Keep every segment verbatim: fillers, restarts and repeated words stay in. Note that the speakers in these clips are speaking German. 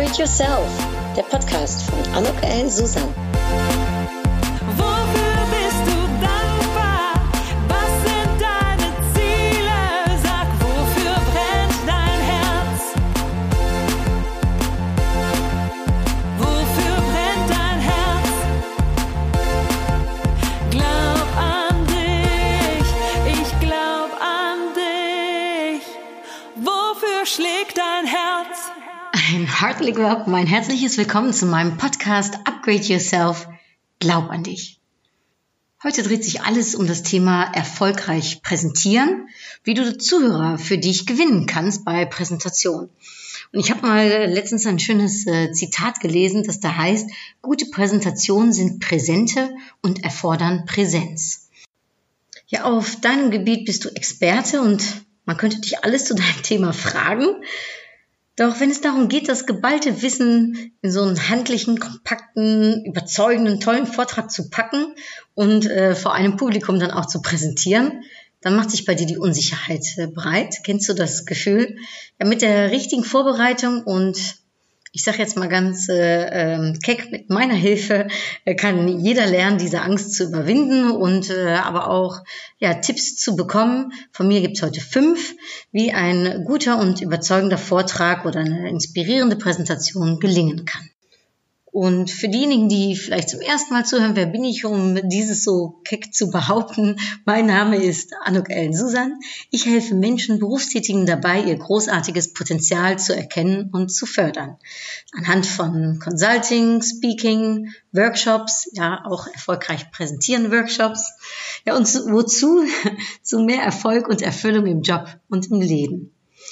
Upgrade Yourself, der Podcast von Anouk El Susan. Wofür bist du dankbar? Was sind deine Ziele? Sag, wofür brennt dein Herz? Wofür brennt dein Herz? Glaub an dich, ich glaub an dich. Wofür schlägt dein Herz? Ein herzlich willkommen, ein herzliches Willkommen zu meinem Podcast Upgrade Yourself, Glaub an dich. Heute dreht sich alles um das Thema erfolgreich präsentieren, wie du Zuhörer für dich gewinnen kannst bei Präsentation. Und ich habe mal letztens ein schönes äh, Zitat gelesen, das da heißt, gute Präsentationen sind Präsente und erfordern Präsenz. Ja, auf deinem Gebiet bist du Experte und man könnte dich alles zu deinem Thema fragen. Doch wenn es darum geht, das geballte Wissen in so einen handlichen, kompakten, überzeugenden, tollen Vortrag zu packen und äh, vor einem Publikum dann auch zu präsentieren, dann macht sich bei dir die Unsicherheit äh, breit. Kennst du das Gefühl? Ja, mit der richtigen Vorbereitung und ich sage jetzt mal ganz äh, äh, keck, mit meiner Hilfe äh, kann jeder lernen, diese Angst zu überwinden und äh, aber auch ja Tipps zu bekommen. Von mir gibt's heute fünf, wie ein guter und überzeugender Vortrag oder eine inspirierende Präsentation gelingen kann. Und für diejenigen, die vielleicht zum ersten Mal zuhören, wer bin ich, um dieses so keck zu behaupten? Mein Name ist Anouk El Susan. Ich helfe Menschen, Berufstätigen dabei, ihr großartiges Potenzial zu erkennen und zu fördern. Anhand von Consulting, Speaking, Workshops, ja auch erfolgreich präsentieren Workshops. Ja, und zu, wozu? Zu mehr Erfolg und Erfüllung im Job und im Leben.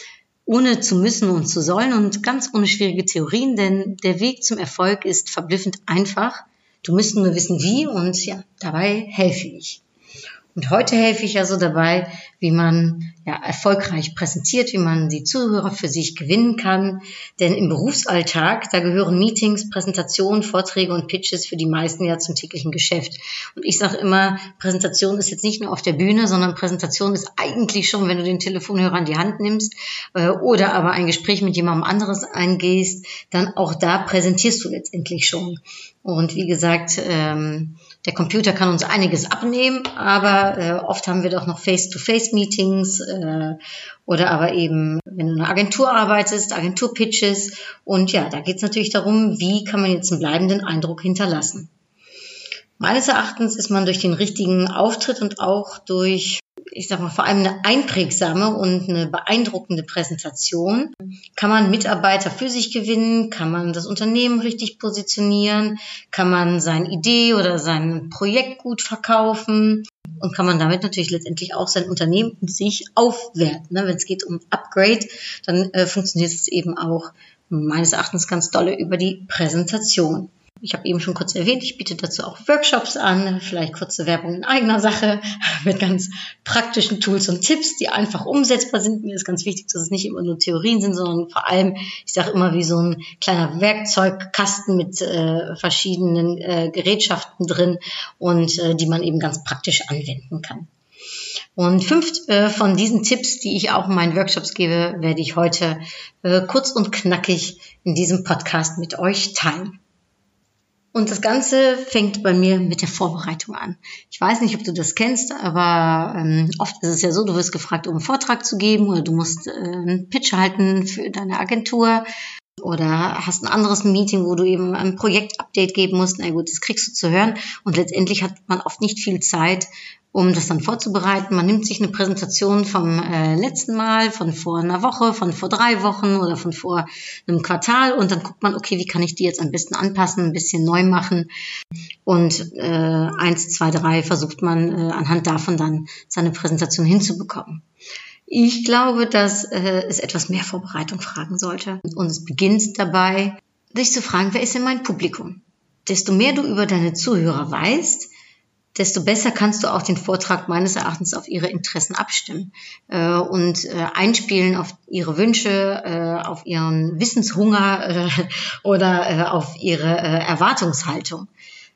Ohne zu müssen und zu sollen und ganz ohne schwierige Theorien, denn der Weg zum Erfolg ist verblüffend einfach. Du musst nur wissen, wie und ja, dabei helfe ich. Und heute helfe ich also dabei, wie man ja erfolgreich präsentiert, wie man die Zuhörer für sich gewinnen kann. Denn im Berufsalltag, da gehören Meetings, Präsentationen, Vorträge und Pitches für die meisten ja zum täglichen Geschäft. Und ich sage immer, Präsentation ist jetzt nicht nur auf der Bühne, sondern Präsentation ist eigentlich schon, wenn du den Telefonhörer in die Hand nimmst äh, oder aber ein Gespräch mit jemandem anderes eingehst, dann auch da präsentierst du letztendlich schon. Und wie gesagt, ähm, der Computer kann uns einiges abnehmen, aber äh, oft haben wir doch noch Face-to-Face-Meetings äh, oder aber eben, wenn du in einer Agentur arbeitest, Agentur-Pitches. Und ja, da geht es natürlich darum, wie kann man jetzt einen bleibenden Eindruck hinterlassen. Meines Erachtens ist man durch den richtigen Auftritt und auch durch, ich sag mal, vor allem eine einprägsame und eine beeindruckende Präsentation, kann man Mitarbeiter für sich gewinnen, kann man das Unternehmen richtig positionieren, kann man seine Idee oder sein Projekt gut verkaufen und kann man damit natürlich letztendlich auch sein Unternehmen und sich aufwerten. Wenn es geht um Upgrade, dann äh, funktioniert es eben auch meines Erachtens ganz dolle über die Präsentation. Ich habe eben schon kurz erwähnt, ich biete dazu auch Workshops an, vielleicht kurze Werbung in eigener Sache mit ganz praktischen Tools und Tipps, die einfach umsetzbar sind. Mir ist ganz wichtig, dass es nicht immer nur Theorien sind, sondern vor allem, ich sage immer, wie so ein kleiner Werkzeugkasten mit äh, verschiedenen äh, Gerätschaften drin und äh, die man eben ganz praktisch anwenden kann. Und fünf äh, von diesen Tipps, die ich auch in meinen Workshops gebe, werde ich heute äh, kurz und knackig in diesem Podcast mit euch teilen. Und das Ganze fängt bei mir mit der Vorbereitung an. Ich weiß nicht, ob du das kennst, aber ähm, oft ist es ja so, du wirst gefragt, um einen Vortrag zu geben oder du musst äh, einen Pitch halten für deine Agentur oder hast ein anderes Meeting, wo du eben ein Projektupdate geben musst. Na gut, das kriegst du zu hören und letztendlich hat man oft nicht viel Zeit, um das dann vorzubereiten. Man nimmt sich eine Präsentation vom äh, letzten Mal, von vor einer Woche, von vor drei Wochen oder von vor einem Quartal und dann guckt man, okay, wie kann ich die jetzt am besten anpassen, ein bisschen neu machen und äh, eins, zwei, drei versucht man äh, anhand davon dann seine Präsentation hinzubekommen. Ich glaube, dass äh, es etwas mehr Vorbereitung fragen sollte und es beginnt dabei, sich zu fragen, wer ist denn mein Publikum? Desto mehr du über deine Zuhörer weißt, desto besser kannst du auch den Vortrag meines Erachtens auf ihre Interessen abstimmen äh, und äh, einspielen auf ihre Wünsche, äh, auf ihren Wissenshunger äh, oder äh, auf ihre äh, Erwartungshaltung.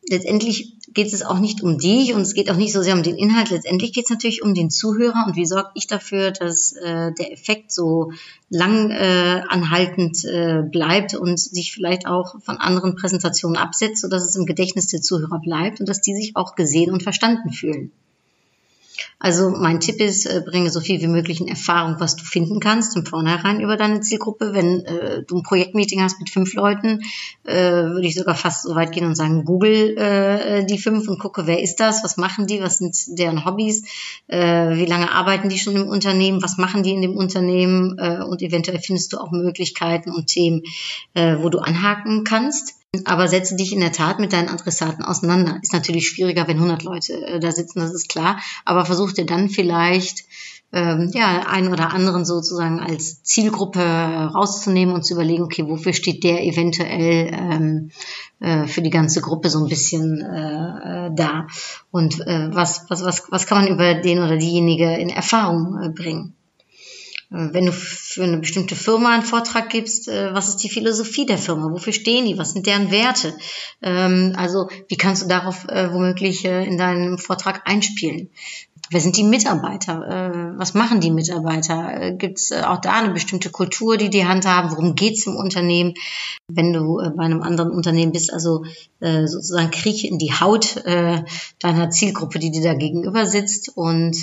letztendlich geht es auch nicht um dich und es geht auch nicht so sehr um den Inhalt. Letztendlich geht es natürlich um den Zuhörer und wie sorge ich dafür, dass äh, der Effekt so lang äh, anhaltend äh, bleibt und sich vielleicht auch von anderen Präsentationen absetzt, sodass es im Gedächtnis der Zuhörer bleibt und dass die sich auch gesehen und verstanden fühlen. Also mein Tipp ist, äh, bringe so viel wie möglich in Erfahrung, was du finden kannst im Vornherein über deine Zielgruppe. Wenn äh, du ein Projektmeeting hast mit fünf Leuten, äh, würde ich sogar fast so weit gehen und sagen, google äh, die fünf und gucke, wer ist das, was machen die, was sind deren Hobbys, äh, wie lange arbeiten die schon im Unternehmen, was machen die in dem Unternehmen äh, und eventuell findest du auch Möglichkeiten und Themen, äh, wo du anhaken kannst. Aber setze dich in der Tat mit deinen Adressaten auseinander. Ist natürlich schwieriger, wenn hundert Leute äh, da sitzen, das ist klar. Aber versuch dir dann vielleicht ähm, ja einen oder anderen sozusagen als Zielgruppe rauszunehmen und zu überlegen, okay, wofür steht der eventuell ähm, äh, für die ganze Gruppe so ein bisschen äh, da und äh, was was was was kann man über den oder diejenige in Erfahrung äh, bringen. Wenn du für eine bestimmte Firma einen Vortrag gibst, was ist die Philosophie der Firma? Wofür stehen die? Was sind deren Werte? Also wie kannst du darauf womöglich in deinem Vortrag einspielen? Wer sind die Mitarbeiter? Was machen die Mitarbeiter? Gibt es auch da eine bestimmte Kultur, die die handhaben? Worum geht es im Unternehmen? Wenn du bei einem anderen Unternehmen bist, also sozusagen krieche in die Haut deiner Zielgruppe, die dir da gegenüber sitzt und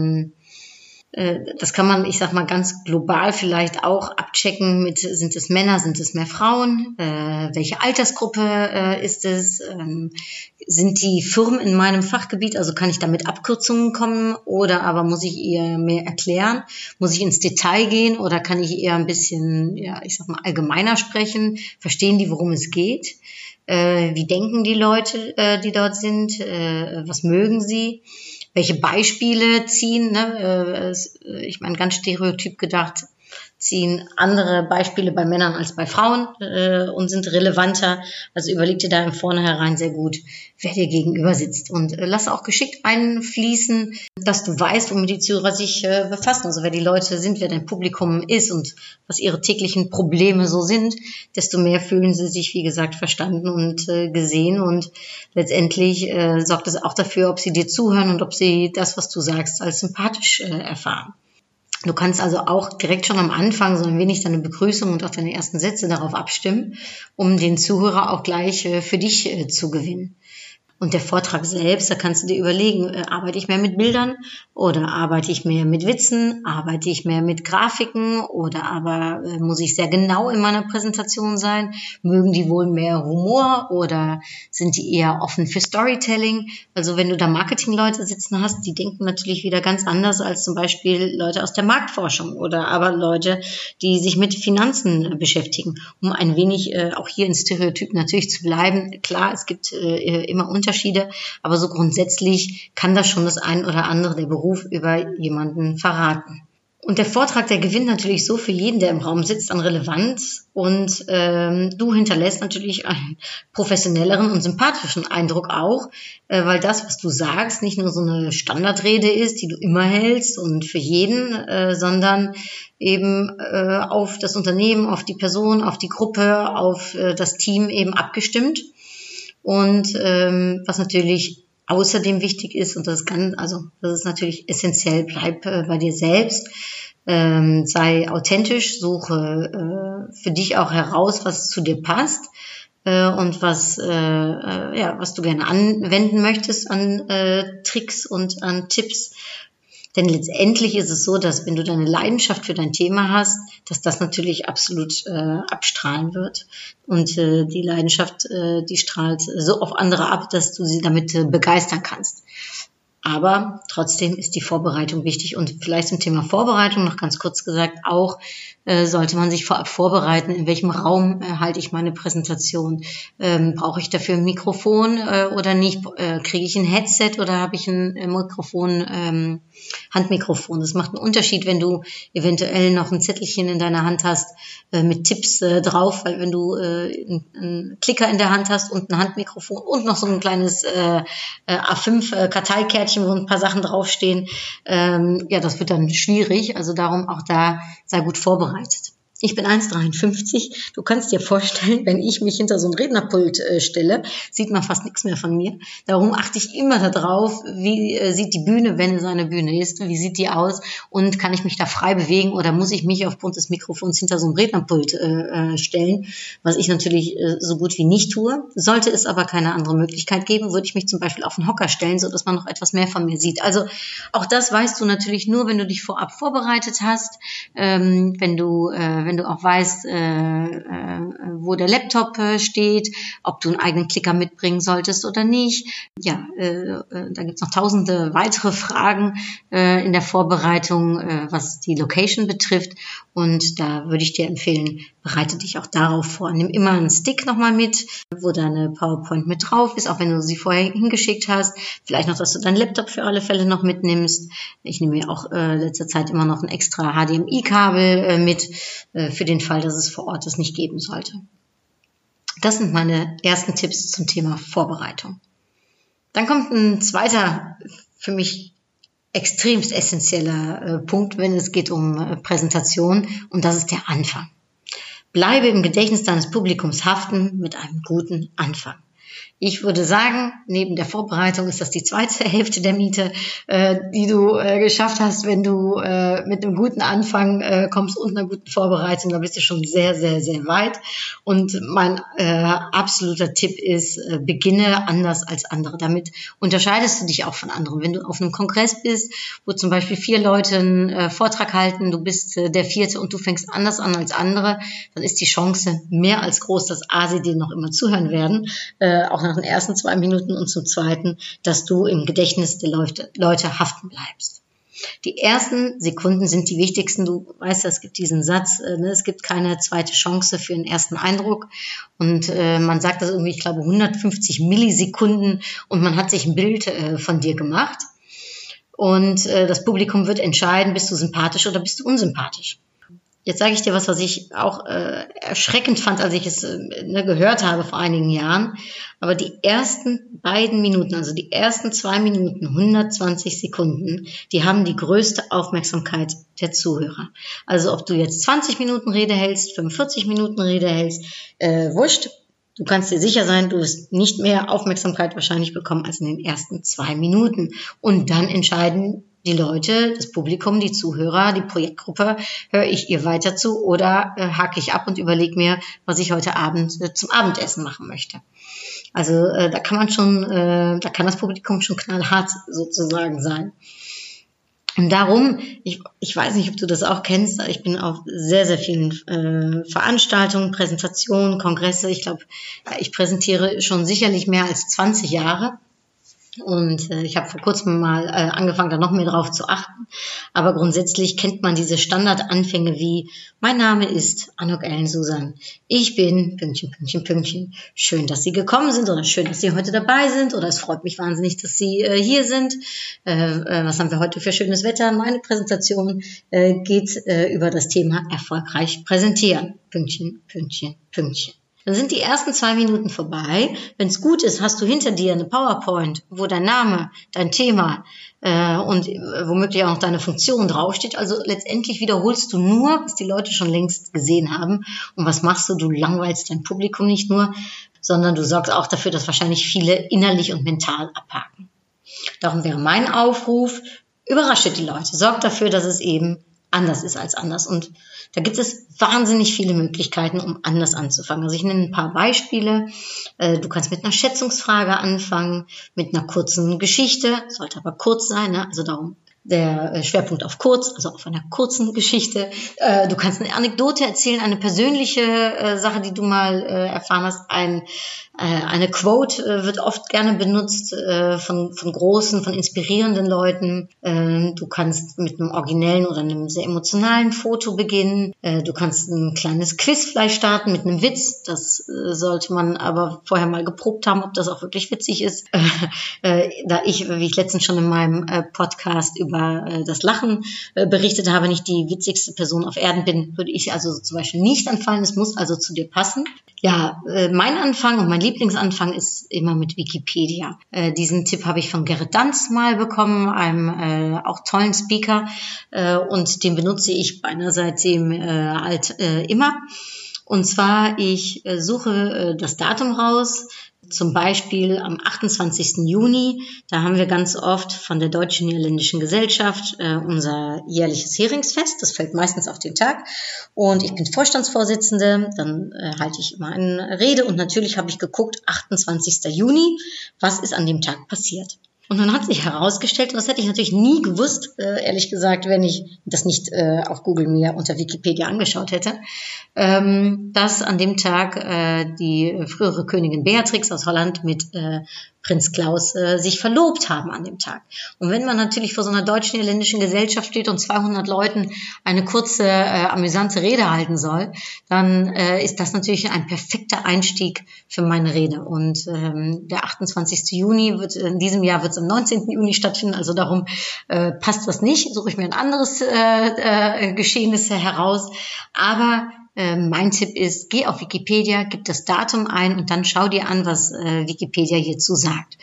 das kann man, ich sag mal, ganz global vielleicht auch abchecken mit, sind es Männer, sind es mehr Frauen, äh, welche Altersgruppe äh, ist es, ähm, sind die Firmen in meinem Fachgebiet, also kann ich da mit Abkürzungen kommen oder aber muss ich eher mehr erklären, muss ich ins Detail gehen oder kann ich eher ein bisschen, ja, ich sag mal, allgemeiner sprechen, verstehen die, worum es geht, äh, wie denken die Leute, äh, die dort sind, äh, was mögen sie, welche Beispiele ziehen, ne? Ich meine, ganz stereotyp gedacht, ziehen andere Beispiele bei Männern als bei Frauen äh, und sind relevanter. Also überleg dir da im Vornherein sehr gut, wer dir gegenüber sitzt. Und äh, lass auch geschickt einfließen, dass du weißt, womit die Zuhörer sich äh, befassen. Also wer die Leute sind, wer dein Publikum ist und was ihre täglichen Probleme so sind, desto mehr fühlen sie sich, wie gesagt, verstanden und äh, gesehen. Und letztendlich äh, sorgt es auch dafür, ob sie dir zuhören und ob sie das, was du sagst, als sympathisch äh, erfahren. Du kannst also auch direkt schon am Anfang so ein wenig deine Begrüßung und auch deine ersten Sätze darauf abstimmen, um den Zuhörer auch gleich äh, für dich äh, zu gewinnen. Und der Vortrag selbst, da kannst du dir überlegen, äh, arbeite ich mehr mit Bildern oder arbeite ich mehr mit Witzen, arbeite ich mehr mit Grafiken oder aber äh, muss ich sehr genau in meiner Präsentation sein? Mögen die wohl mehr Humor oder sind die eher offen für Storytelling? Also wenn du da Marketingleute sitzen hast, die denken natürlich wieder ganz anders als zum Beispiel Leute aus der Marktforschung oder aber Leute, die sich mit Finanzen äh, beschäftigen. Um ein wenig äh, auch hier in Stereotyp natürlich zu bleiben. Klar, es gibt äh, immer Unterschiede. Unterschiede, aber so grundsätzlich kann das schon das ein oder andere der Beruf über jemanden verraten. Und der Vortrag, der gewinnt natürlich so für jeden, der im Raum sitzt, an Relevanz und ähm, du hinterlässt natürlich einen professionelleren und sympathischen Eindruck auch, äh, weil das, was du sagst, nicht nur so eine Standardrede ist, die du immer hältst und für jeden, äh, sondern eben äh, auf das Unternehmen, auf die Person, auf die Gruppe, auf äh, das Team eben abgestimmt. Und ähm, was natürlich außerdem wichtig ist, und das kann, also das ist natürlich essentiell, bleib äh, bei dir selbst, ähm, sei authentisch, suche äh, für dich auch heraus, was zu dir passt äh, und was, äh, äh, ja, was du gerne anwenden möchtest an äh, Tricks und an Tipps. Denn letztendlich ist es so, dass wenn du deine Leidenschaft für dein Thema hast, dass das natürlich absolut äh, abstrahlen wird. Und äh, die Leidenschaft, äh, die strahlt so auf andere ab, dass du sie damit äh, begeistern kannst. Aber trotzdem ist die Vorbereitung wichtig. Und vielleicht zum Thema Vorbereitung noch ganz kurz gesagt, auch äh, sollte man sich vorab vorbereiten, in welchem Raum äh, halte ich meine Präsentation. Ähm, brauche ich dafür ein Mikrofon äh, oder nicht? Äh, kriege ich ein Headset oder habe ich ein äh, Mikrofon, ähm, Handmikrofon? Das macht einen Unterschied, wenn du eventuell noch ein Zettelchen in deiner Hand hast äh, mit Tipps äh, drauf, weil wenn du äh, einen Klicker in der Hand hast und ein Handmikrofon und noch so ein kleines äh, A fünf äh, Karteikärtchen, wo ein paar Sachen draufstehen, ähm, ja, das wird dann schwierig. Also darum auch da sei gut vorbereitet. Ich bin eins Komma dreiundfünfzig. Du kannst dir vorstellen, wenn ich mich hinter so ein Rednerpult äh, stelle, sieht man fast nichts mehr von mir. Darum achte ich immer darauf, wie äh, sieht die Bühne, wenn es eine Bühne ist, wie sieht die aus und kann ich mich da frei bewegen oder muss ich mich aufgrund des Mikrofons hinter so ein Rednerpult äh, äh, stellen, was ich natürlich äh, so gut wie nicht tue. Sollte es aber keine andere Möglichkeit geben, würde ich mich zum Beispiel auf einen Hocker stellen, sodass man noch etwas mehr von mir sieht. Also auch das weißt du natürlich nur, wenn du dich vorab vorbereitet hast, ähm, wenn du äh, wenn du auch weißt, äh, äh, wo der Laptop äh, steht, ob du einen eigenen Klicker mitbringen solltest oder nicht. Ja, äh, äh, da gibt's noch tausende weitere Fragen äh, in der Vorbereitung, äh, was die Location betrifft. Und da würde ich dir empfehlen, bereite dich auch darauf vor. Nimm immer einen Stick nochmal mit, wo deine PowerPoint mit drauf ist, auch wenn du sie vorher hingeschickt hast. Vielleicht noch, dass du deinen Laptop für alle Fälle noch mitnimmst. Ich nehme mir auch äh, letzter Zeit immer noch ein extra H D M I-Kabel äh, mit, äh, für den Fall, dass es vor Ort das nicht geben sollte. Das sind meine ersten Tipps zum Thema Vorbereitung. Dann kommt ein zweiter, für mich extremst essentieller äh, Punkt, wenn es geht um äh, Präsentation, und das ist der Anfang. Bleibe im Gedächtnis deines Publikums haften mit einem guten Anfang. Ich würde sagen, neben der Vorbereitung ist das die zweite Hälfte der Miete, äh, die du äh, geschafft hast, wenn du äh, mit einem guten Anfang äh, kommst und einer guten Vorbereitung. Da bist du schon sehr, sehr, sehr weit. Und mein äh, absoluter Tipp ist, äh, beginne anders als andere. Damit unterscheidest du dich auch von anderen. Wenn du auf einem Kongress bist, wo zum Beispiel vier Leute einen äh, Vortrag halten, du bist äh, der Vierte und du fängst anders an als andere, dann ist die Chance mehr als groß, dass A, sie dir noch immer zuhören werden, äh, auch nach den ersten zwei Minuten, und zum Zweiten, dass du im Gedächtnis der Leute, Leute haften bleibst. Die ersten Sekunden sind die wichtigsten. Du weißt, es gibt diesen Satz, äh, ne, es gibt keine zweite Chance für den ersten Eindruck. Und äh, man sagt das irgendwie, ich glaube, hundertfünfzig Millisekunden, und man hat sich ein Bild äh, von dir gemacht. Und äh, das Publikum wird entscheiden, bist du sympathisch oder bist du unsympathisch. Jetzt sage ich dir was, was ich auch äh, erschreckend fand, als ich es äh, ne, gehört habe vor einigen Jahren. Aber die ersten beiden Minuten, also die ersten zwei Minuten, hundertzwanzig Sekunden, die haben die größte Aufmerksamkeit der Zuhörer. Also ob du jetzt zwanzig Minuten Rede hältst, fünfundvierzig Minuten Rede hältst, äh, wurscht. Du kannst dir sicher sein, du wirst nicht mehr Aufmerksamkeit wahrscheinlich bekommen als in den ersten zwei Minuten. Und dann entscheiden die Leute, das Publikum, die Zuhörer, die Projektgruppe, höre ich ihr weiter zu oder äh, hake ich ab und überlege mir, was ich heute Abend äh, zum Abendessen machen möchte. Also äh, da kann man schon, äh, da kann das Publikum schon knallhart sozusagen sein. Und darum, ich, ich weiß nicht, ob du das auch kennst, ich bin auf sehr, sehr vielen äh, Veranstaltungen, Präsentationen, Kongresse. Ich glaube, ja, ich präsentiere schon sicherlich mehr als zwanzig Jahre. Und äh, ich habe vor kurzem mal äh, angefangen, da noch mehr drauf zu achten. Aber grundsätzlich kennt man diese Standardanfänge wie: Mein Name ist Anok Ellen Susan. Ich bin Pünktchen, Pünktchen, Pünktchen. Schön, dass Sie gekommen sind, oder schön, dass Sie heute dabei sind, oder es freut mich wahnsinnig, dass Sie äh, hier sind. Äh, äh, was haben wir heute für schönes Wetter? Meine Präsentation äh, geht äh, über das Thema erfolgreich präsentieren. Pünktchen, Pünktchen, Pünktchen. Dann sind die ersten zwei Minuten vorbei. Wenn es gut ist, hast du hinter dir eine PowerPoint, wo dein Name, dein Thema äh, und äh, womöglich auch noch deine Funktion draufsteht. Also letztendlich wiederholst du nur, was die Leute schon längst gesehen haben. Und was machst du? Du langweilst dein Publikum nicht nur, sondern du sorgst auch dafür, dass wahrscheinlich viele innerlich und mental abhaken. Darum wäre mein Aufruf: Überrasche die Leute. Sorg dafür, dass es eben anders ist als anders. Und da gibt es wahnsinnig viele Möglichkeiten, um anders anzufangen. Also ich nenne ein paar Beispiele. Du kannst mit einer Schätzungsfrage anfangen, mit einer kurzen Geschichte, sollte aber kurz sein, ne? Also darum der Schwerpunkt auf kurz, also auf einer kurzen Geschichte. Du kannst eine Anekdote erzählen, eine persönliche Sache, die du mal erfahren hast. Ein, eine Quote wird oft gerne benutzt von, von großen, von inspirierenden Leuten. Du kannst mit einem originellen oder einem sehr emotionalen Foto beginnen. Du kannst ein kleines Quiz vielleicht starten mit einem Witz. Das sollte man aber vorher mal geprobt haben, ob das auch wirklich witzig ist. Da ich, wie ich letztens schon in meinem Podcast über über äh, das Lachen äh, berichtet habe, nicht die witzigste Person auf Erden bin, würde ich also zum Beispiel nicht anfallen. Es muss also zu dir passen. Ja, äh, mein Anfang und mein Lieblingsanfang ist immer mit Wikipedia. Äh, diesen Tipp habe ich von Gerrit Danz mal bekommen, einem äh, auch tollen Speaker, äh, und den benutze ich beinahe seitdem äh, alt äh, immer. Und zwar, ich äh, suche äh, das Datum raus, zum Beispiel am achtundzwanzigsten Juni, da haben wir ganz oft von der Deutsch-Niederländischen Gesellschaft äh, unser jährliches Heringsfest. Das fällt meistens auf den Tag. Und ich bin Vorstandsvorsitzende, dann äh, halte ich immer eine Rede. Und natürlich habe ich geguckt, achtundzwanzigsten Juni, was ist an dem Tag passiert. Und dann hat sich herausgestellt, und das hätte ich natürlich nie gewusst, äh, ehrlich gesagt, wenn ich das nicht äh, auf Google mir unter Wikipedia angeschaut hätte, ähm, dass an dem Tag äh, die frühere Königin Beatrix aus Holland mit äh, Prinz Klaus äh, sich verlobt haben an dem Tag. Und wenn man natürlich vor so einer deutsch-niederländischen Gesellschaft steht und zweihundert Leuten eine kurze, äh, amüsante Rede halten soll, dann äh, ist das natürlich ein perfekter Einstieg für meine Rede. Und ähm, der achtundzwanzigsten Juni wird, in diesem Jahr wird es am neunzehnten Juni stattfinden, also darum äh, passt das nicht, suche ich mir ein anderes äh, äh, Geschehnis heraus. Aber mein Tipp ist, geh auf Wikipedia, gib das Datum ein und dann schau dir an, was äh, Wikipedia hierzu sagt.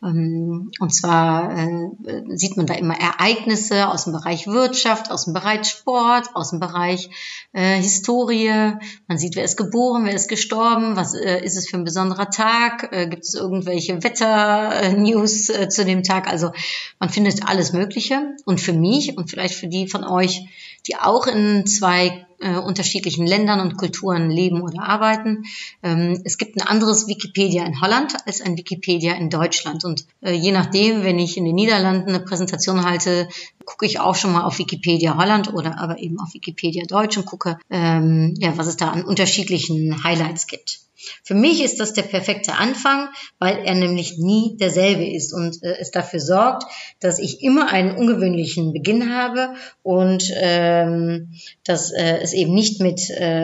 Ähm, und zwar äh, sieht man da immer Ereignisse aus dem Bereich Wirtschaft, aus dem Bereich Sport, aus dem Bereich äh, Historie. Man sieht, wer ist geboren, wer ist gestorben, was äh, ist es für ein besonderer Tag, äh, gibt es irgendwelche Wetter-News äh, zu dem Tag. Also man findet alles Mögliche. Und für mich und vielleicht für die von euch, die auch in zwei äh, unterschiedlichen Ländern und Kulturen leben oder arbeiten. Ähm, es gibt ein anderes Wikipedia in Holland als ein Wikipedia in Deutschland. Und äh, je nachdem, wenn ich in den Niederlanden eine Präsentation halte, gucke ich auch schon mal auf Wikipedia Holland oder aber eben auf Wikipedia Deutsch und gucke, ähm, ja, was es da an unterschiedlichen Highlights gibt. Für mich ist das der perfekte Anfang, weil er nämlich nie derselbe ist und äh, es dafür sorgt, dass ich immer einen ungewöhnlichen Beginn habe und ähm, dass äh, es eben nicht mit,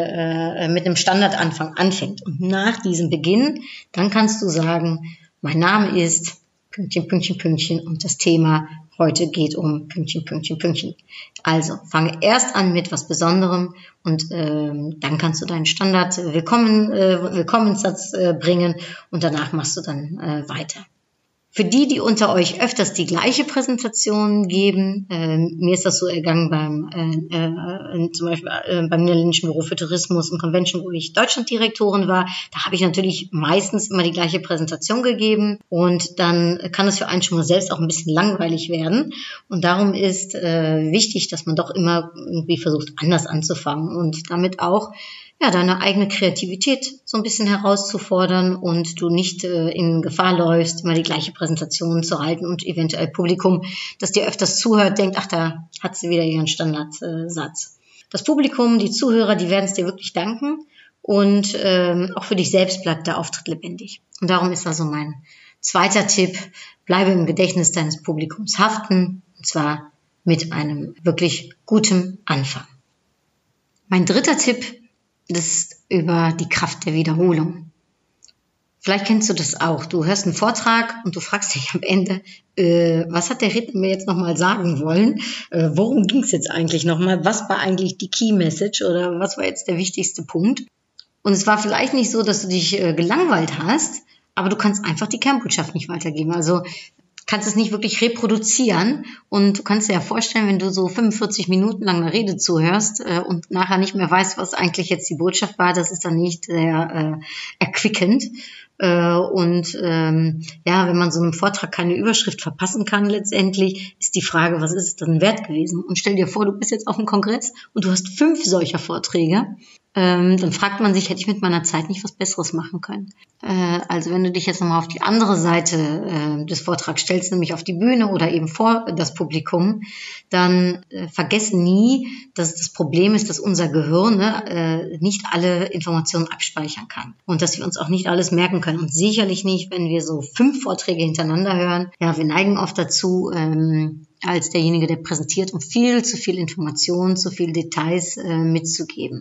äh, mit einem Standardanfang anfängt. Und nach diesem Beginn, dann kannst du sagen, mein Name ist Pünktchen, Pünktchen, Pünktchen und das Thema heute geht um Pünktchen, Pünktchen, Pünktchen. Also fange erst an mit was Besonderem und ähm, dann kannst du deinen Standard Willkommen, äh, Willkommenssatz äh, bringen und danach machst du dann äh, weiter. Für die, die unter euch öfters die gleiche Präsentation geben, äh, mir ist das so ergangen beim äh, äh, zum Beispiel äh, beim Niederländischen Büro für Tourismus und Convention, wo ich Deutschlanddirektorin war, da habe ich natürlich meistens immer die gleiche Präsentation gegeben und dann kann es für einen schon mal selbst auch ein bisschen langweilig werden und darum ist äh, wichtig, dass man doch immer irgendwie versucht, anders anzufangen und damit auch ja, deine eigene Kreativität so ein bisschen herauszufordern und du nicht äh, in Gefahr läufst, immer die gleiche Präsentation zu halten und eventuell Publikum, das dir öfters zuhört, denkt, ach, da hat sie wieder ihren Standardsatz. Das Publikum, die Zuhörer, die werden es dir wirklich danken und ähm, auch für dich selbst bleibt der Auftritt lebendig. Und darum ist also mein zweiter Tipp, bleibe im Gedächtnis deines Publikums haften, und zwar mit einem wirklich guten Anfang. Mein dritter Tipp, das ist über die Kraft der Wiederholung. Vielleicht kennst du das auch. Du hörst einen Vortrag und du fragst dich am Ende, äh, was hat der Redner mir jetzt nochmal sagen wollen? Äh, worum ging es jetzt eigentlich nochmal? Was war eigentlich die Key Message oder was war jetzt der wichtigste Punkt? Und es war vielleicht nicht so, dass du dich äh, gelangweilt hast, aber du kannst einfach die Kernbotschaft nicht weitergeben. Also kannst es nicht wirklich reproduzieren und du kannst dir ja vorstellen, wenn du so fünfundvierzig Minuten lang eine Rede zuhörst äh, und nachher nicht mehr weißt, was eigentlich jetzt die Botschaft war, das ist dann nicht sehr äh, erquickend. Äh, und ähm, ja, wenn man so einem Vortrag keine Überschrift verpassen kann letztendlich, ist die Frage, was ist es dann wert gewesen? Und stell dir vor, du bist jetzt auf einem Kongress und du hast fünf solcher Vorträge. Ähm, dann fragt man sich, hätte ich mit meiner Zeit nicht was Besseres machen können? Äh, also wenn du dich jetzt nochmal auf die andere Seite äh, des Vortrags stellst, nämlich auf die Bühne oder eben vor das Publikum, dann äh, vergessen nie, dass das Problem ist, dass unser Gehirn ne, äh, nicht alle Informationen abspeichern kann und dass wir uns auch nicht alles merken können und sicherlich nicht, wenn wir so fünf Vorträge hintereinander hören. Ja, wir neigen oft dazu, ähm, als derjenige, der präsentiert, um viel zu viel Informationen, zu viel Details äh, mitzugeben.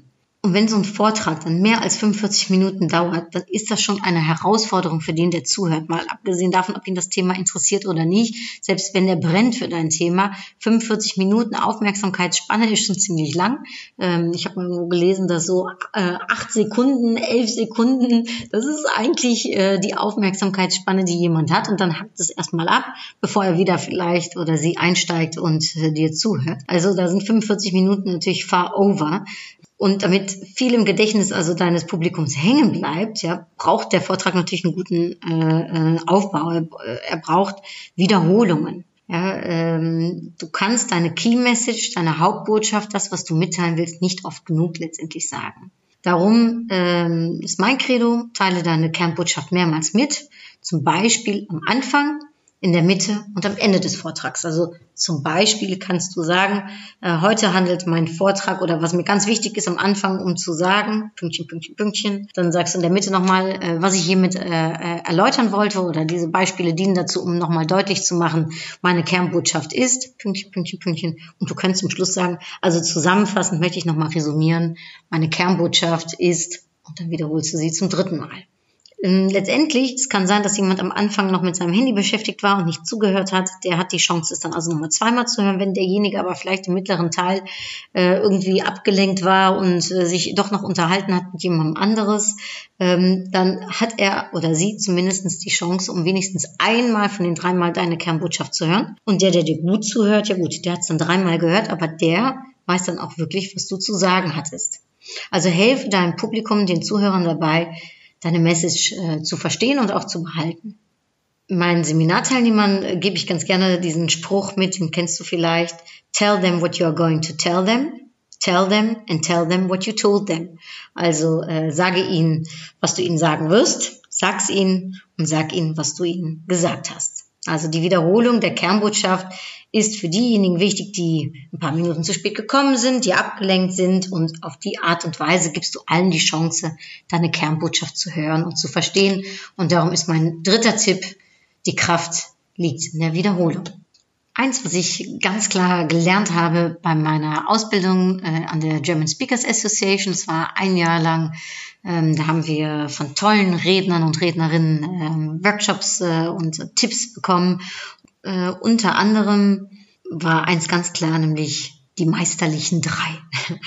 Und wenn so ein Vortrag dann mehr als fünfundvierzig Minuten dauert, dann ist das schon eine Herausforderung für den, der zuhört. Mal abgesehen davon, ob ihn das Thema interessiert oder nicht. Selbst wenn der brennt für dein Thema, fünfundvierzig Minuten Aufmerksamkeitsspanne ist schon ziemlich lang. Ähm, ich habe mal irgendwo gelesen, dass so äh, acht Sekunden, elf Sekunden, das ist eigentlich äh, die Aufmerksamkeitsspanne, die jemand hat. Und dann hackt es erstmal ab, bevor er wieder vielleicht oder sie einsteigt und äh, dir zuhört. Also da sind fünfundvierzig Minuten natürlich far over. Und damit viel im Gedächtnis also deines Publikums hängen bleibt, ja, braucht der Vortrag natürlich einen guten äh, Aufbau. Er, er braucht Wiederholungen. Ja, ähm, du kannst deine Key Message, deine Hauptbotschaft, das, was du mitteilen willst, nicht oft genug letztendlich sagen. Darum ähm, ist mein Credo: Teile deine Kernbotschaft mehrmals mit. Zum Beispiel am Anfang, in der Mitte und am Ende des Vortrags. Also zum Beispiel kannst du sagen, äh, heute handelt mein Vortrag, oder was mir ganz wichtig ist am Anfang, um zu sagen, Pünktchen, Pünktchen, Pünktchen, dann sagst du in der Mitte nochmal, äh, was ich hiermit äh, äh, erläutern wollte, oder diese Beispiele dienen dazu, um nochmal deutlich zu machen, meine Kernbotschaft ist, Pünktchen, Pünktchen, Pünktchen, und du kannst zum Schluss sagen, also zusammenfassend möchte ich nochmal resümieren, meine Kernbotschaft ist, und dann wiederholst du sie zum dritten Mal. Letztendlich, es kann sein, dass jemand am Anfang noch mit seinem Handy beschäftigt war und nicht zugehört hat. Der hat die Chance, es dann also nochmal zweimal zu hören. Wenn derjenige aber vielleicht im mittleren Teil äh, irgendwie abgelenkt war und äh, sich doch noch unterhalten hat mit jemandem anderes, ähm, dann hat er oder sie zumindest die Chance, um wenigstens einmal von den dreimal deine Kernbotschaft zu hören. Und der, der dir gut zuhört, ja gut, der hat es dann dreimal gehört, aber der weiß dann auch wirklich, was du zu sagen hattest. Also helfe deinem Publikum, den Zuhörern dabei, deine Message äh, zu verstehen und auch zu behalten. Meinen Seminarteilnehmern äh, gebe ich ganz gerne diesen Spruch mit, den kennst du vielleicht: Tell them what you are going to tell them, tell them and tell them what you told them. Also äh, sage ihnen, was du ihnen sagen wirst, sag's ihnen und sag ihnen, was du ihnen gesagt hast. Also die Wiederholung der Kernbotschaft ist für diejenigen wichtig, die ein paar Minuten zu spät gekommen sind, die abgelenkt sind, und auf die Art und Weise gibst du allen die Chance, deine Kernbotschaft zu hören und zu verstehen. Und darum ist mein dritter Tipp: Die Kraft liegt in der Wiederholung. Eins, was ich ganz klar gelernt habe bei meiner Ausbildung äh, an der German Speakers Association, das war ein Jahr lang, ähm, da haben wir von tollen Rednern und Rednerinnen ähm, Workshops äh, und äh, Tipps bekommen. Äh, unter anderem war eins ganz klar, nämlich die meisterlichen drei.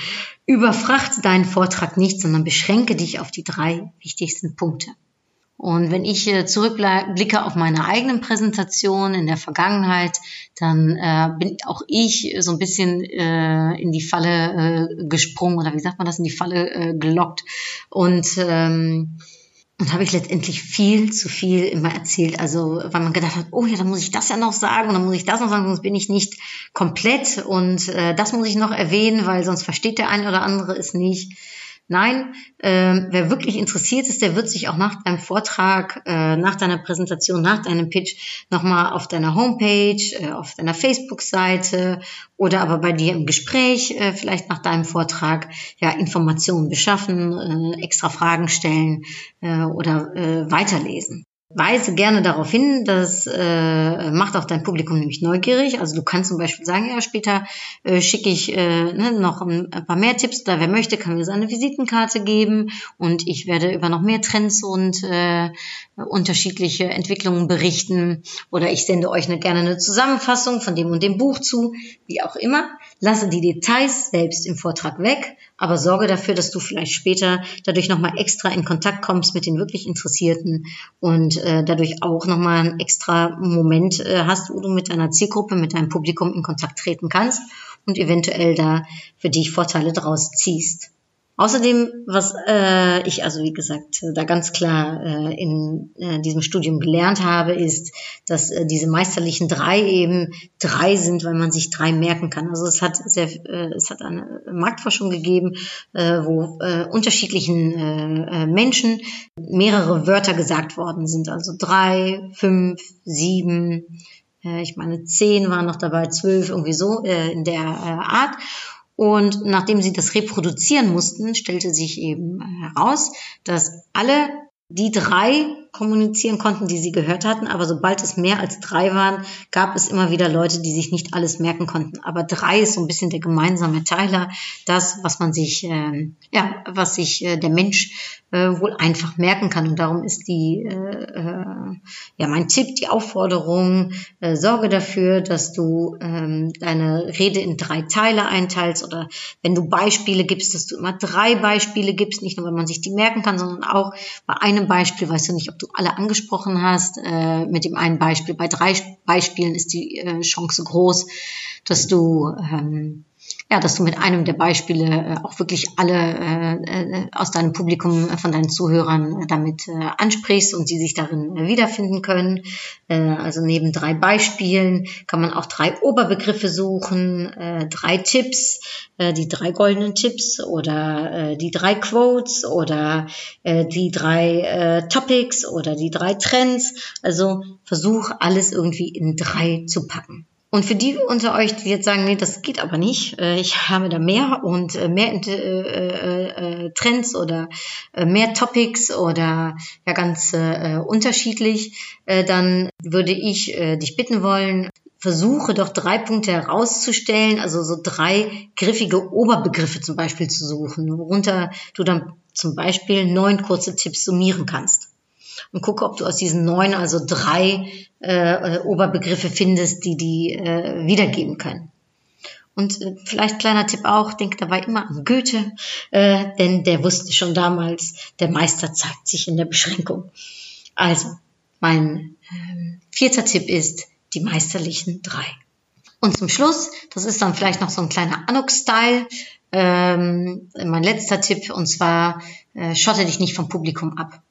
Überfrachte deinen Vortrag nicht, sondern beschränke dich auf die drei wichtigsten Punkte. Und wenn ich äh, zurückblicke auf meine eigenen Präsentationen in der Vergangenheit, dann äh, bin auch ich so ein bisschen äh, in die Falle äh, gesprungen, oder wie sagt man das, in die Falle äh, gelockt. Und ähm, Und habe ich letztendlich viel zu viel immer erzählt. Also weil man gedacht hat, oh ja, dann muss ich das ja noch sagen und dann muss ich das noch sagen, sonst bin ich nicht komplett. Und äh, das muss ich noch erwähnen, weil sonst versteht der eine oder andere es nicht. Nein, äh, wer wirklich interessiert ist, der wird sich auch nach deinem Vortrag, äh, nach deiner Präsentation, nach deinem Pitch nochmal auf deiner Homepage, äh, auf deiner Facebook-Seite oder aber bei dir im Gespräch, äh, vielleicht nach deinem Vortrag, ja, Informationen beschaffen, äh, extra Fragen stellen äh, oder äh, weiterlesen. Weise gerne darauf hin, das äh, macht auch dein Publikum nämlich neugierig. Also du kannst zum Beispiel sagen, ja, später äh, schicke ich äh, ne, noch ein, ein paar mehr Tipps, oder wer möchte, kann mir seine Visitenkarte geben, und ich werde über noch mehr Trends und äh, unterschiedliche Entwicklungen berichten, oder ich sende euch eine, gerne eine Zusammenfassung von dem und dem Buch zu, wie auch immer. Lasse die Details selbst im Vortrag weg, aber sorge dafür, dass du vielleicht später dadurch nochmal extra in Kontakt kommst mit den wirklich Interessierten und äh, dadurch auch nochmal einen extra Moment äh, hast, wo du mit deiner Zielgruppe, mit deinem Publikum in Kontakt treten kannst und eventuell da für dich Vorteile draus ziehst. Außerdem, was äh, ich also wie gesagt da ganz klar äh, in äh, diesem Studium gelernt habe, ist, dass äh, diese meisterlichen drei eben drei sind, weil man sich drei merken kann. Also es hat sehr, äh, es hat eine Marktforschung gegeben, äh, wo äh, unterschiedlichen äh, Menschen mehrere Wörter gesagt worden sind. Also drei, fünf, sieben, äh, ich meine zehn waren noch dabei, zwölf, irgendwie so äh, in der äh, Art. Und nachdem sie das reproduzieren mussten, stellte sich eben heraus, dass alle die drei kommunizieren konnten, die sie gehört hatten. Aber sobald es mehr als drei waren, gab es immer wieder Leute, die sich nicht alles merken konnten. Aber drei ist so ein bisschen der gemeinsame Teiler, das, was man sich, äh, ja, was sich äh, der Mensch äh, wohl einfach merken kann. Und darum ist die, äh, äh, ja, mein Tipp, die Aufforderung, äh, sorge dafür, dass du ähm, deine Rede in drei Teile einteilst oder wenn du Beispiele gibst, dass du immer drei Beispiele gibst, nicht nur, wenn man sich die merken kann, sondern auch bei einem Beispiel, weißt du nicht, ob du alle angesprochen hast, äh, mit dem einen Beispiel. Bei drei Beispielen ist die äh, Chance groß, dass du ähm, ja, dass du mit einem der Beispiele äh, auch wirklich alle äh, äh, aus deinem Publikum, äh, von deinen Zuhörern äh, damit äh, ansprichst und die sich darin äh, wiederfinden können. Äh, also neben drei Beispielen kann man auch drei Oberbegriffe suchen, äh, drei Tipps, äh, die drei goldenen Tipps oder äh, die drei Quotes oder äh, die drei äh, Topics oder die drei Trends. Also versuch alles irgendwie in drei zu packen. Und für die unter euch, die jetzt sagen, nee, das geht aber nicht, äh, ich habe da mehr und äh, mehr äh, äh, äh, Trends oder äh, mehr Topics oder ja ganz äh, unterschiedlich, äh, dann würde ich äh, dich bitten wollen, versuche doch drei Punkte herauszustellen, also so drei griffige Oberbegriffe zum Beispiel zu suchen, worunter du dann zum Beispiel neun kurze Tipps summieren kannst. Und gucke, ob du aus diesen neun, also drei äh, Oberbegriffe findest, die die äh, wiedergeben können. Und äh, vielleicht kleiner Tipp auch, denk dabei immer an Goethe, äh, denn der wusste schon damals, der Meister zeigt sich in der Beschränkung. Also, mein äh, vierter Tipp ist die meisterlichen drei. Und zum Schluss, das ist dann vielleicht noch so ein kleiner Anok-Style, ähm, mein letzter Tipp, und zwar äh, schotte dich nicht vom Publikum ab.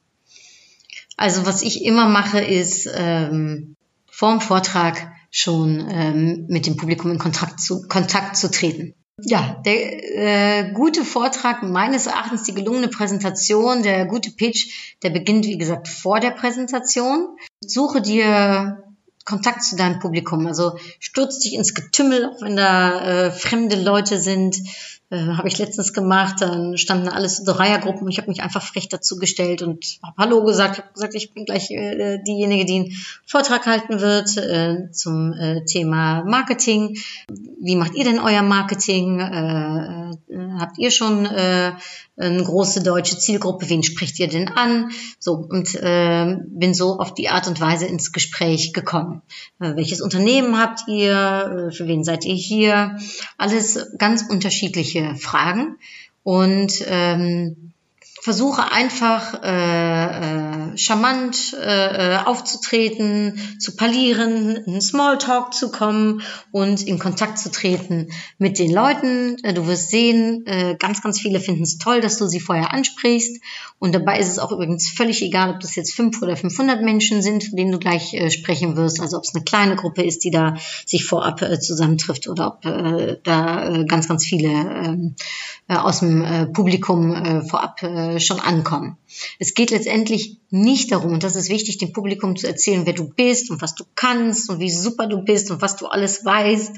Also was ich immer mache, ist ähm, vor dem Vortrag schon ähm, mit dem Publikum in Kontakt zu, Kontakt zu treten. Ja, der äh, gute Vortrag, meines Erachtens die gelungene Präsentation, der gute Pitch, der beginnt, wie gesagt, vor der Präsentation. Suche dir Kontakt zu deinem Publikum, also stürz dich ins Getümmel, auch wenn da äh, fremde Leute sind. Äh, habe ich letztens gemacht, dann standen alles so Dreiergruppen und ich habe mich einfach frech dazu gestellt und habe Hallo gesagt. Ich habe gesagt, ich bin gleich äh, diejenige, die einen Vortrag halten wird äh, zum äh, Thema Marketing. Wie macht ihr denn euer Marketing? Äh, äh, habt ihr schon äh, eine große deutsche Zielgruppe? Wen spricht ihr denn an? So, und äh, bin so auf die Art und Weise ins Gespräch gekommen. Äh, welches Unternehmen habt ihr? Äh, für wen seid ihr hier? Alles ganz unterschiedliche Fragen und ähm, versuche einfach äh, äh, charmant äh, aufzutreten, zu parlieren, in Smalltalk zu kommen und in Kontakt zu treten mit den Leuten. Äh, du wirst sehen, äh, ganz, ganz viele finden es toll, dass du sie vorher ansprichst. Und dabei ist es auch übrigens völlig egal, ob das jetzt fünf oder fünfhundert Menschen sind, von denen du gleich äh, sprechen wirst. Also ob es eine kleine Gruppe ist, die da sich vorab äh, zusammentrifft oder ob äh, da äh, ganz, ganz viele äh, aus dem äh, Publikum äh, vorab äh, schon ankommen. Es geht letztendlich nicht darum, und das ist wichtig, dem Publikum zu erzählen, wer du bist und was du kannst und wie super du bist und was du alles weißt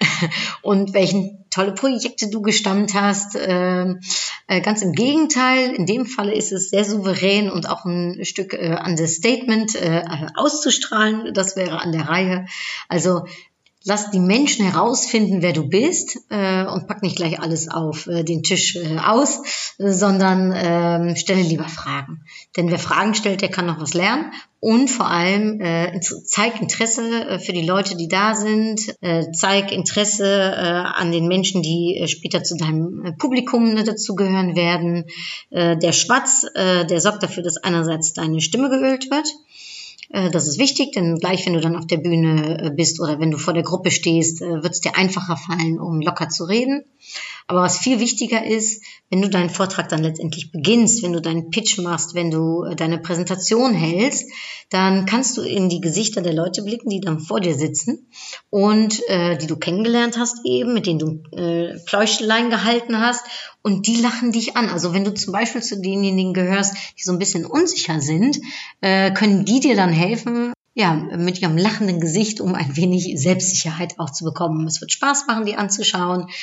und welchen tolle Projekte du gestammt hast. Äh, äh, ganz im Gegenteil, in dem Falle ist es sehr souverän und auch ein Stück äh, Understatement äh, auszustrahlen. Das wäre an der Reihe. Also lass die Menschen herausfinden, wer du bist äh, und pack nicht gleich alles auf äh, den Tisch äh, aus, äh, sondern äh, stelle lieber Fragen. Denn wer Fragen stellt, der kann noch was lernen. Und vor allem äh, zeig Interesse äh, für die Leute, die da sind. Äh, zeig Interesse äh, an den Menschen, die äh, später zu deinem äh, Publikum äh, dazugehören werden. Äh, der Schwatz, äh, der sorgt dafür, dass einerseits deine Stimme geölt wird. Das ist wichtig, denn gleich, wenn du dann auf der Bühne bist oder wenn du vor der Gruppe stehst, wird es dir einfacher fallen, um locker zu reden. Aber was viel wichtiger ist, wenn du deinen Vortrag dann letztendlich beginnst, wenn du deinen Pitch machst, wenn du deine Präsentation hältst, dann kannst du in die Gesichter der Leute blicken, die dann vor dir sitzen und äh, die du kennengelernt hast eben, mit denen du äh, Pläuschlein gehalten hast und die lachen dich an. Also wenn du zum Beispiel zu denjenigen gehörst, die so ein bisschen unsicher sind, äh, können die dir dann helfen, ja, mit ihrem lachenden Gesicht, um ein wenig Selbstsicherheit auch zu bekommen. Es wird Spaß machen, die anzuschauen.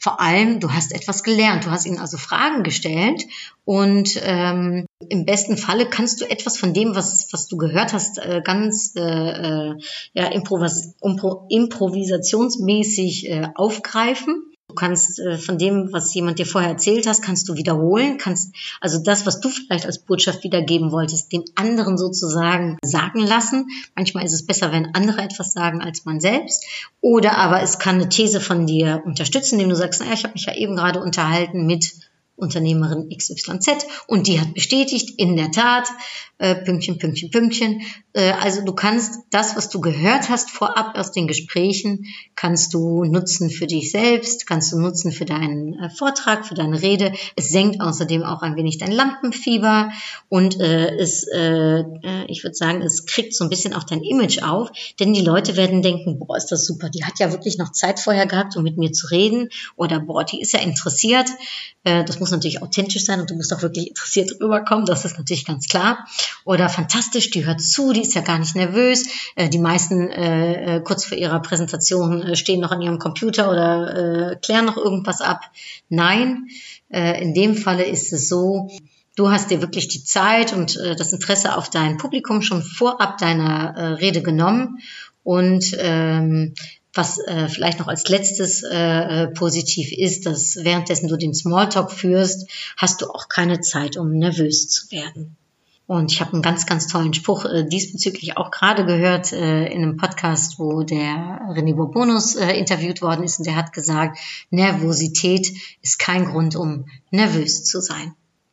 vor allem, du hast etwas gelernt. Du hast ihnen also Fragen gestellt und ähm, im besten Falle kannst du etwas von dem, was was du gehört hast, äh, ganz äh, äh, ja, improvis- impro- improvisationsmäßig äh, aufgreifen. Du kannst äh, von dem, was jemand dir vorher erzählt hast, kannst du wiederholen, kannst also das, was du vielleicht als Botschaft wiedergeben wolltest, dem anderen sozusagen sagen lassen. Manchmal ist es besser, wenn andere etwas sagen als man selbst. Oder aber es kann eine These von dir unterstützen, indem du sagst, naja, ich habe mich ja eben gerade unterhalten mit Unternehmerin X Y Z und die hat bestätigt, in der Tat, äh, Pünktchen, Pünktchen, Pünktchen. Äh, also du kannst das, was du gehört hast vorab aus den Gesprächen, kannst du nutzen für dich selbst, kannst du nutzen für deinen äh, Vortrag, für deine Rede. Es senkt außerdem auch ein wenig dein Lampenfieber und äh, es, äh, ich würde sagen, es kriegt so ein bisschen auch dein Image auf, denn die Leute werden denken, boah, ist das super, die hat ja wirklich noch Zeit vorher gehabt, um mit mir zu reden oder boah, die ist ja interessiert. Äh, das muss natürlich authentisch sein und du musst auch wirklich interessiert rüberkommen, das ist natürlich ganz klar. Oder fantastisch, die hört zu, die ist ja gar nicht nervös. Äh, die meisten äh, kurz vor ihrer Präsentation äh, stehen noch an ihrem Computer oder äh, klären noch irgendwas ab. Nein, äh, in dem Falle ist es so, du hast dir wirklich die Zeit und äh, das Interesse auf dein Publikum schon vorab deiner äh, Rede genommen und ähm, was äh, vielleicht noch als letztes äh, positiv ist, dass währenddessen du den Smalltalk führst, hast du auch keine Zeit, um nervös zu werden. Und ich habe einen ganz, ganz tollen Spruch äh, diesbezüglich auch gerade gehört äh, in einem Podcast, wo der René Bourbonus äh, interviewt worden ist und der hat gesagt, Nervosität ist kein Grund, um nervös zu sein.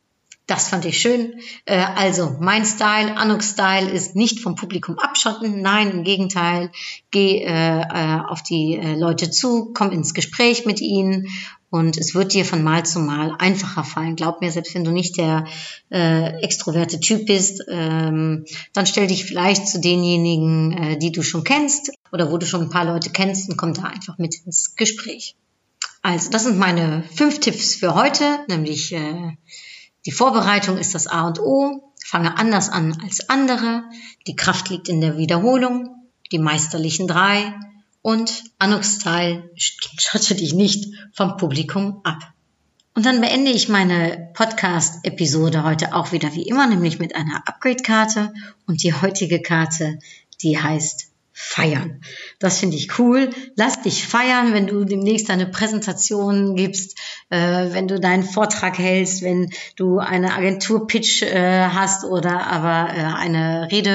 Das fand ich schön. Äh, also mein Style, Anuk-Style ist nicht vom Publikum abschotten. Nein, im Gegenteil. Geh äh, auf die äh, Leute zu, komm ins Gespräch mit ihnen und es wird dir von Mal zu Mal einfacher fallen. Glaub mir, selbst wenn du nicht der äh, extroverte Typ bist, ähm, dann stell dich vielleicht zu denjenigen, äh, die du schon kennst oder wo du schon ein paar Leute kennst und komm da einfach mit ins Gespräch. Also das sind meine fünf Tipps für heute, nämlich äh, die Vorbereitung ist das A und O. Fange anders an als andere. Die Kraft liegt in der Wiederholung. Die meisterlichen drei. Und Anuk-Style, schotte dich nicht vom Publikum ab. Und dann beende ich meine Podcast-Episode heute auch wieder wie immer, nämlich mit einer Upgrade-Karte. Und die heutige Karte, die heißt Feiern. Das finde ich cool. Lass dich feiern, wenn du demnächst eine Präsentation gibst, äh, wenn du deinen Vortrag hältst, wenn du eine Agentur-Pitch äh, hast oder aber äh, eine Rede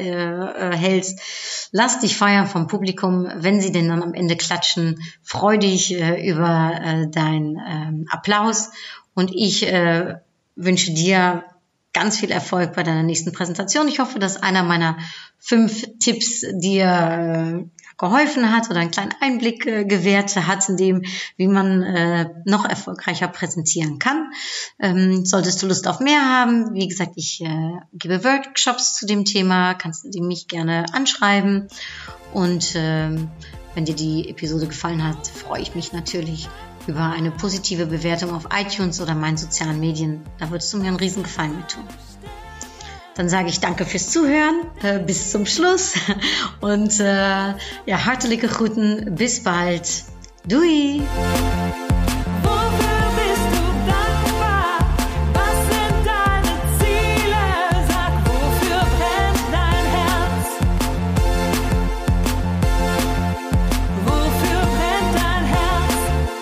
äh, hältst. Lass dich feiern vom Publikum, wenn sie denn dann am Ende klatschen. Freu dich äh, über äh, deinen äh, Applaus und ich äh, wünsche dir ganz viel Erfolg bei deiner nächsten Präsentation. Ich hoffe, dass einer meiner fünf Tipps dir äh, geholfen hat oder einen kleinen Einblick äh, gewährt hat in dem, wie man äh, noch erfolgreicher präsentieren kann. Ähm, solltest du Lust auf mehr haben, wie gesagt, ich äh, gebe Workshops zu dem Thema, kannst du mich gerne anschreiben. Und äh, wenn dir die Episode gefallen hat, freue ich mich natürlich über eine positive Bewertung auf iTunes oder meinen sozialen Medien. Da würdest du mir einen riesen Gefallen mit tun. Dann sage ich danke fürs Zuhören, äh, bis zum Schluss und äh, ja, hartelijke Groeten, bis bald. Doei! Wofür bist du dankbar? Was sind deine Ziele? Sag, wofür brennt dein Herz? Wofür brennt dein Herz?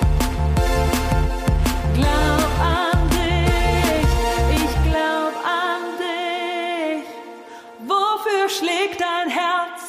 Glaub an dich, ich glaub an dich. Wofür schlägt dein Herz?